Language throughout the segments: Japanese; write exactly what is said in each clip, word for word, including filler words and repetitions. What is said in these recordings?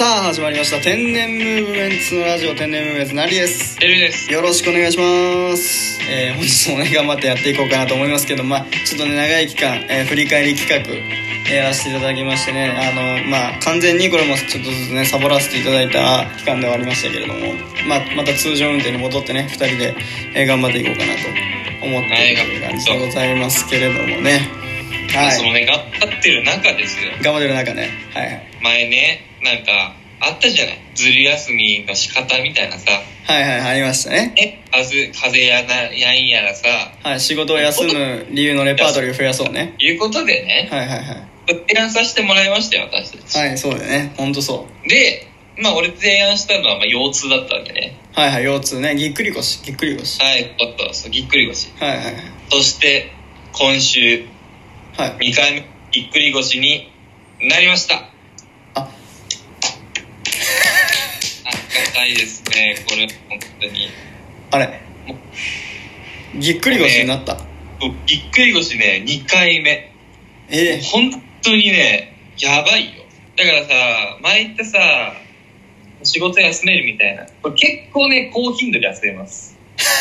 さあ始まりました天然ムーブメンツのラジオ。天然ムーブメンツなりです。 エルです。 よろしくお願いします。えー、本日もね頑張ってやっていこうかなと思いますけど、まあちょっとね長い期間、えー、振り返り企画、えー、やらせていただきましてね、あのまあ完全にこれもちょっとずつねサボらせていただいた期間ではありましたけれども、まあまた通常運転に戻ってねふたりで、えー、頑張っていこうかなと思っているという感じでございますけれどもね。 はい、そのね頑張ってる中ですよ。 頑張ってる中ね。はいはい。 前ねなんかあったじゃない、ずる休みの仕方みたいなさ。 はいはいありましたね。 え風風やなやんやらさ、 はい、仕事を休む理由のレパートリーを増やそうね。 いうことでね。 はいはいはい。 提案させてもらいましたよ私たち。 はい、そうだね。ほんとそう。 で、まあ俺提案したのはまあ腰痛だったわけね。 はいはい、腰痛ね。ぎっくり腰ぎっくり腰。 はい、おっとそうぎっくり腰。 はいはいはい。 そして今週、はい、にかいめぎっくり腰になりました。 あありがたいですねこれ本当に。 あれぎっくり腰になった、ね、 ぎっくり腰ねにかいめ。 えー、 本当にねやばいよ。だからさ前言ったさ仕事休めるみたいな、これ結構ね高頻度で休めます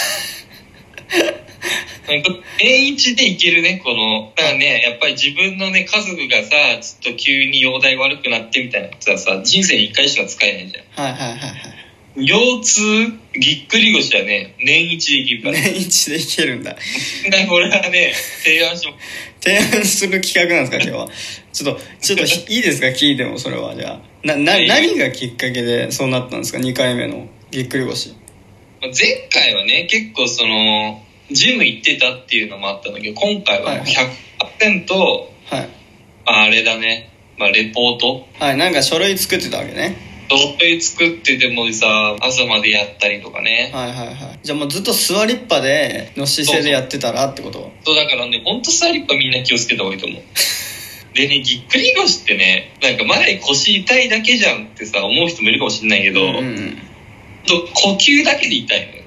年一でいけるねこの。だからねやっぱり自分のね家族がさちょっと急に容体悪くなってみたいなやつはさ人生にいっかいしか使えないじゃん。 はいはいはいはい。 腰痛ぎっくり腰はね年一でいけるから。 年一でいけるんだ。 これはね提案しも提案する企画なんですか今日は。ちょっとちょっといいですか聞いても。それはじゃあなな何がきっかけでそうなったんですかにかいめのぎっくり腰。 前回はね結構そのジム行ってたっていうのもあったんだけど、今回は ひゃくパーセント、はいはい、あれだね、まあ、レポート。 はい、なんか書類作ってたわけね。 書類作っててもさ朝までやったりとかね。 はいはいはい。じゃあもうずっと座りっぱでの姿勢でやってたらってこと。 そうだからねほんと座りっぱみんな気をつけた方がいいと思うでねぎっくり腰ってねなんか前腰痛いだけじゃんってさ思う人もいるかもしれないけど、うんうんうん、呼吸だけで痛いのよ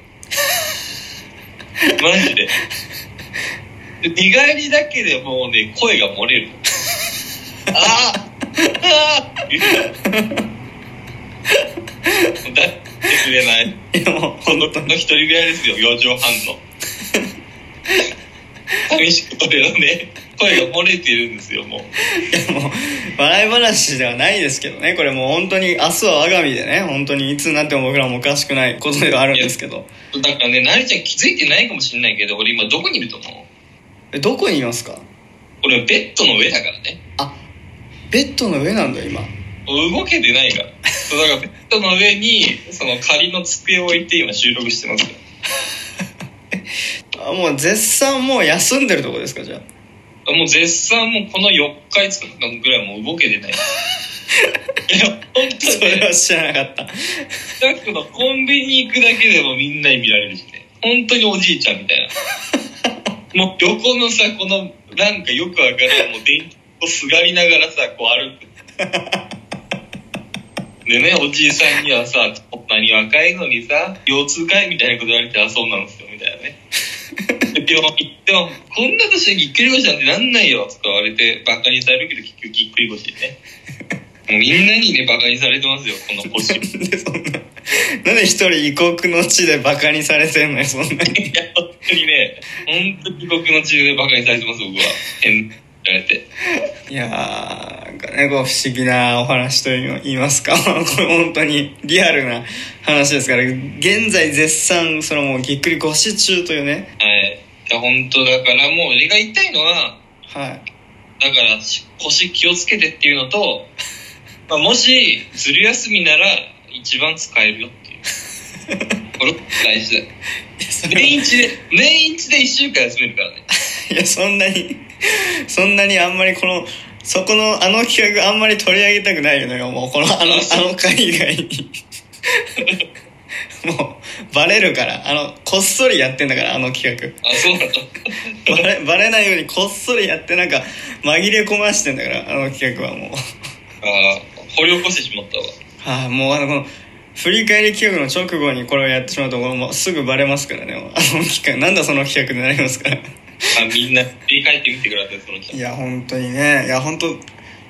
マジで寝返りだけでもうね声が漏れるあーあーだってくれない。いやもうこの一人ぐらいですよよじはんの寂しくてね声が漏れてるんですよ。もういやもう笑い話ではないですけどね。これもう本当に明日は我が身でね、本当にいつになっても僕らもおかしくないことではあるんですけど。 だからねなりちゃん気づいてないかもしれないけど俺今どこにいると思う？ えどこにいますか？ 俺ベッドの上だからね。 あベッドの上なんだ今。 動けてないからそうだからベッドの上にその仮の机を置いて今収録してますあもう絶賛もう休んでるとこですか？じゃあもう絶賛もうこのよっかいつかぐらいもう動けてないいや本当に、ね、 それは知らなかった。 だけどコンビニ行くだけでもみんなに見られるしね、本当におじいちゃんみたいなもう横のさこのなんかよくわからんもう電気をすがりながらさこう歩くでねおじいさんにはさこんなに若いのにさ腰痛かいみたいなこと言われて、あそうなんですよみたいなねでも言ってもこんな年でぎっくり腰なんてなんないよとか言われてバカにされるけど結局ぎっくり腰でねもうみんなにねバカにされてますよこの腰なんでそんななんで一人異国の地でバカにされてんのよそんなに。いや本当にね本当に異国の地でバカにされてます僕は変られて。 いやーなんかねこう不思議なお話と言いますかこれ本当にリアルな話ですから現在絶賛そのもうぎっくり腰中というね。 はいいや本当だからもう俺が言いたいのは、 はい、 だから腰気をつけてっていうのと、まあ、もしずる休みなら一番使えるよっていうこれ大事だよ年一で年一でいっしゅうかん休めるからねいやそんなにそんなにあんまりこのそこのあの企画あんまり取り上げたくないよね。もうこのあのあの回以外にもうバレるからあのこっそりやってんだからあの企画。 あそうなのバレバレないようにこっそりやってなんか紛れ込ましてんだからあの企画はもう。 あ掘り起こしてしまったわ。 はあもうあのこの振り返り企画の直後にこれをやってしまうともうすぐバレますからね。あの企画なんだその企画になりますからあみんな振り返ってみてくださいその企画。 いや本当にねいや本当い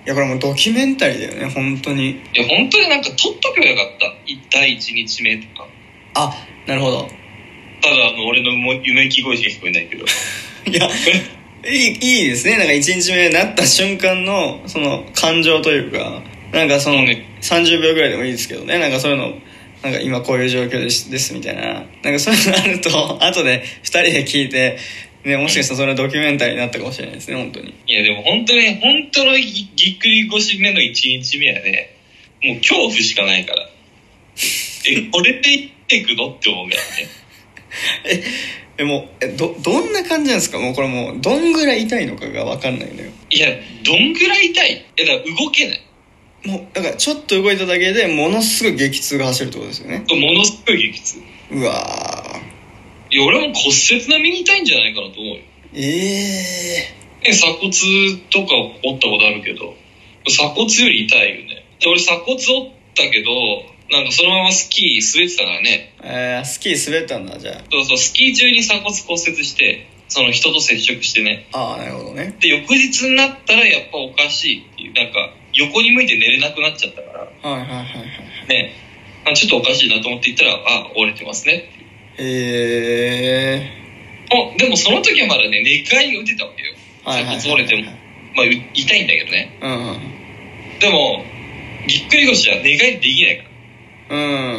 やこれもうドキュメンタリーだよね本当に。 いや本当になんか撮っとけばよかった。だいいちにちめとか。 あ、なるほど。 ただあの俺の夢鳴き声しか聞こえないけどいやいい、いいですね。なんかいちにちめになった瞬間のその感情というか、なんかそのさんじゅうびょうぐらいでもいいですけどね、なんかそういうのなんか今こういう状況ですですみたいな、なんかそういうのあると後でふたりで聞いて、ね、もしかしたらそれはドキュメンタリーになったかもしれないですね本当に。 いやでも本当に本当のぎっくり腰目のいちにちめはね、もう恐怖しかないからえこれで生きていくのって思うからねええもうえ ど, どんな感じなんですか。もうこれもうどんぐらい痛いのかが分かんないのよ。 いやどんぐらい痛い。えだから動けない。 もうだからちょっと動いただけでものすごい激痛が走るってことですよね。 ものすごい激痛。 うわー。いや俺も骨折並みに痛いんじゃないかなと思うよ。 ええー、鎖骨とか折ったことあるけど鎖骨より痛いよね。で俺鎖骨折ったけどなんかそのままスキー滑ってたからね。 えー、スキー滑ったんだ。じゃあそうそう、スキー中に鎖骨骨折してその人と接触してね。 ああなるほどね。 で翌日になったらやっぱおかしいっていう、なんか横に向いて寝れなくなっちゃったから、 はいはいはいはいね、あちょっとおかしいなと思って言ったら、あ折れてますねっていう。 へえー、あでもその時はまだね寝返りが打てたわけよ。 はいはいはいはい、 鎖骨折れてもまあ痛いんだけどね。 うんうん。 でもぎっくり腰は寝返りできないから。 うん。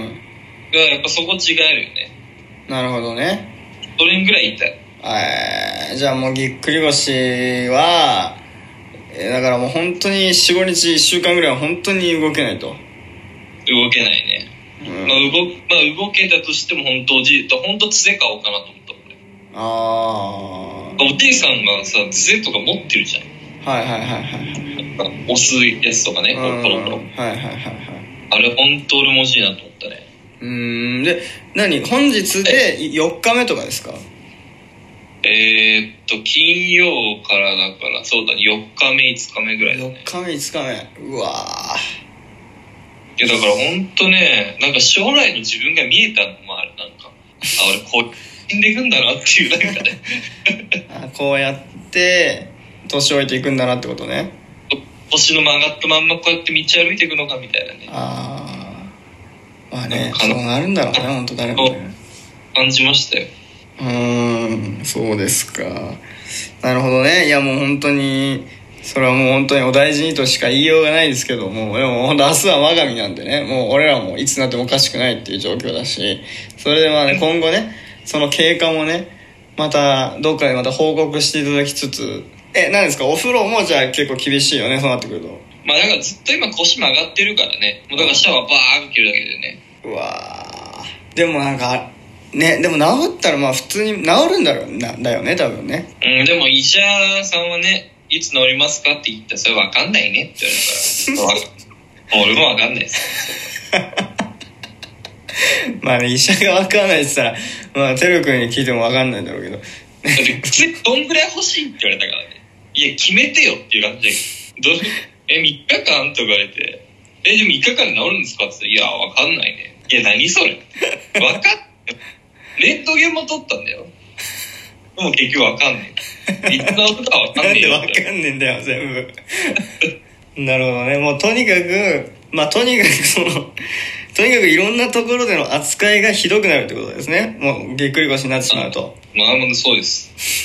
だからやっぱそこ違うよね。 なるほどね。 それぐらい痛い。 えー、じゃあもうぎっくり腰はえだからもう本当に よん,ご 日いっしゅうかんぐらいは本当に動けないと。 動けないね、うん。まあ、動まあ動けたとしても本当おじいと本当杖買おうかなと思った俺。 ああ。 おじいさんがさ杖とか持ってるじゃん。 はいはいはいはい。 押すやつとかね、コロコロコロ。はいはいはいはい。あれ本当俺も欲しいなと思ったね。 うーん。で何本日でよっかめとかですか。 えー、っと金曜からだからそうだよっかめいつかめぐらいだね。 よっかめいつかめ。うわいやだから本当ね、なんか将来の自分が見えたのもある。なんかあ俺こう死んでいくんだなっていうなんかねあこうやって年老いていくんだなってことね。 腰の曲がったまんまこうやって道歩いていくのかみたいなね。 ああまあねそうなるんだろうね本当誰もね。 感じましたよ。 うーんそうですか。なるほどね。いやもう本当にそれはもう本当にお大事にとしか言いようがないですけども、でも本当明日は我が身なんでね、もう俺らもいつになってもおかしくないっていう状況だし、それでまあね今後ねその経過もねまたどっかでまた報告していただきつつ、え何ですかお風呂もじゃあ結構厳しいよねそうなってくると。 まあだからずっと今腰曲がってるからね、もうだからシャワーバーッかけるだけでね。 うわーでもなんかね、でも治ったらまあ普通に治るんだろうなだよね多分ね。 うんでも医者さんはねいつ治りますかって言ったらそれ分かんないねって言われたから俺も分かんないですまあね医者が分かんないって言ったらまあてるくんに聞いても分かんないんだろうけどだって薬どんぐらい欲しいって言われたからね。いや決めてよっていう感じでどえみっかかんとか言われてえでもみっかかんで治るんですかって言ったらいや分かんないね。いや何それ分かっレントゲンも取ったんだよ。でも結局わかんねえ。いつのことかわかんねえよ。 なんでわかんねえんだよ全部。なるほどね。もうとにかくまあとにかくそのとにかくいろんなところでの扱いがひどくなるってことですね。もうぎっくり腰になってしまうと。 まあもうそうです。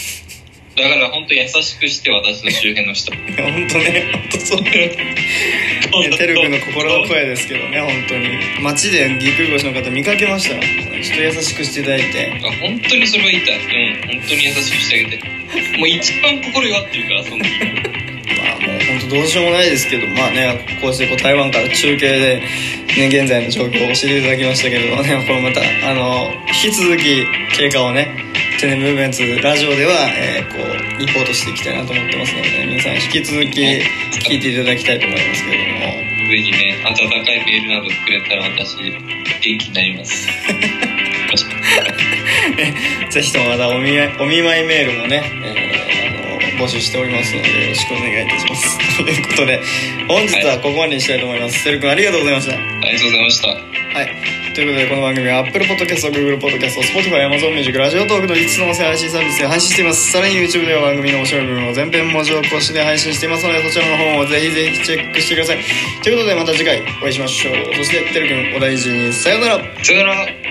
だから本当優しくして私の周辺の人。いや本当ね本当そう。てるくんの心の声ですけどね本当に街でぎっくり腰の方見かけましたらちょっと優しくしていただいて。 あ本当にそれは言いたい。うん本当に優しくしてあげて。もう一番心弱ってるからその時。 まあもう本当どうしようもないですけどまあねこうしてこう台湾から中継で、ね、現在の状況を教えていただきましたけれどもねこれまたあの引き続き経過をねテネムーブメンツラジオでは、えー、こうリポートしていきたいなと思ってますので、ね、皆さん引き続き聞いていただきたいと思いますけれどもぜひね温かいメールなどくれたら私元気になりますぜひともまたお見お見舞いメールもね、えー、あの募集しておりますのでよろしくお願いいたしますということで本日はここまでにしたいと思います。てるくんありがとうございました。 ありがとうございました。 はいということでこの番組は Apple Podcast、Google Podcast、Spotify、Amazon Music、ラジオトークのいつつの音声配信サービスで配信しています。さらに YouTube では番組の面白い部分を全編文字起こしで配信していますので、そちらの方もぜひぜひチェックしてください。ということでまた次回お会いしましょう。そしててるくんお大事に。さようなら。 さよなら。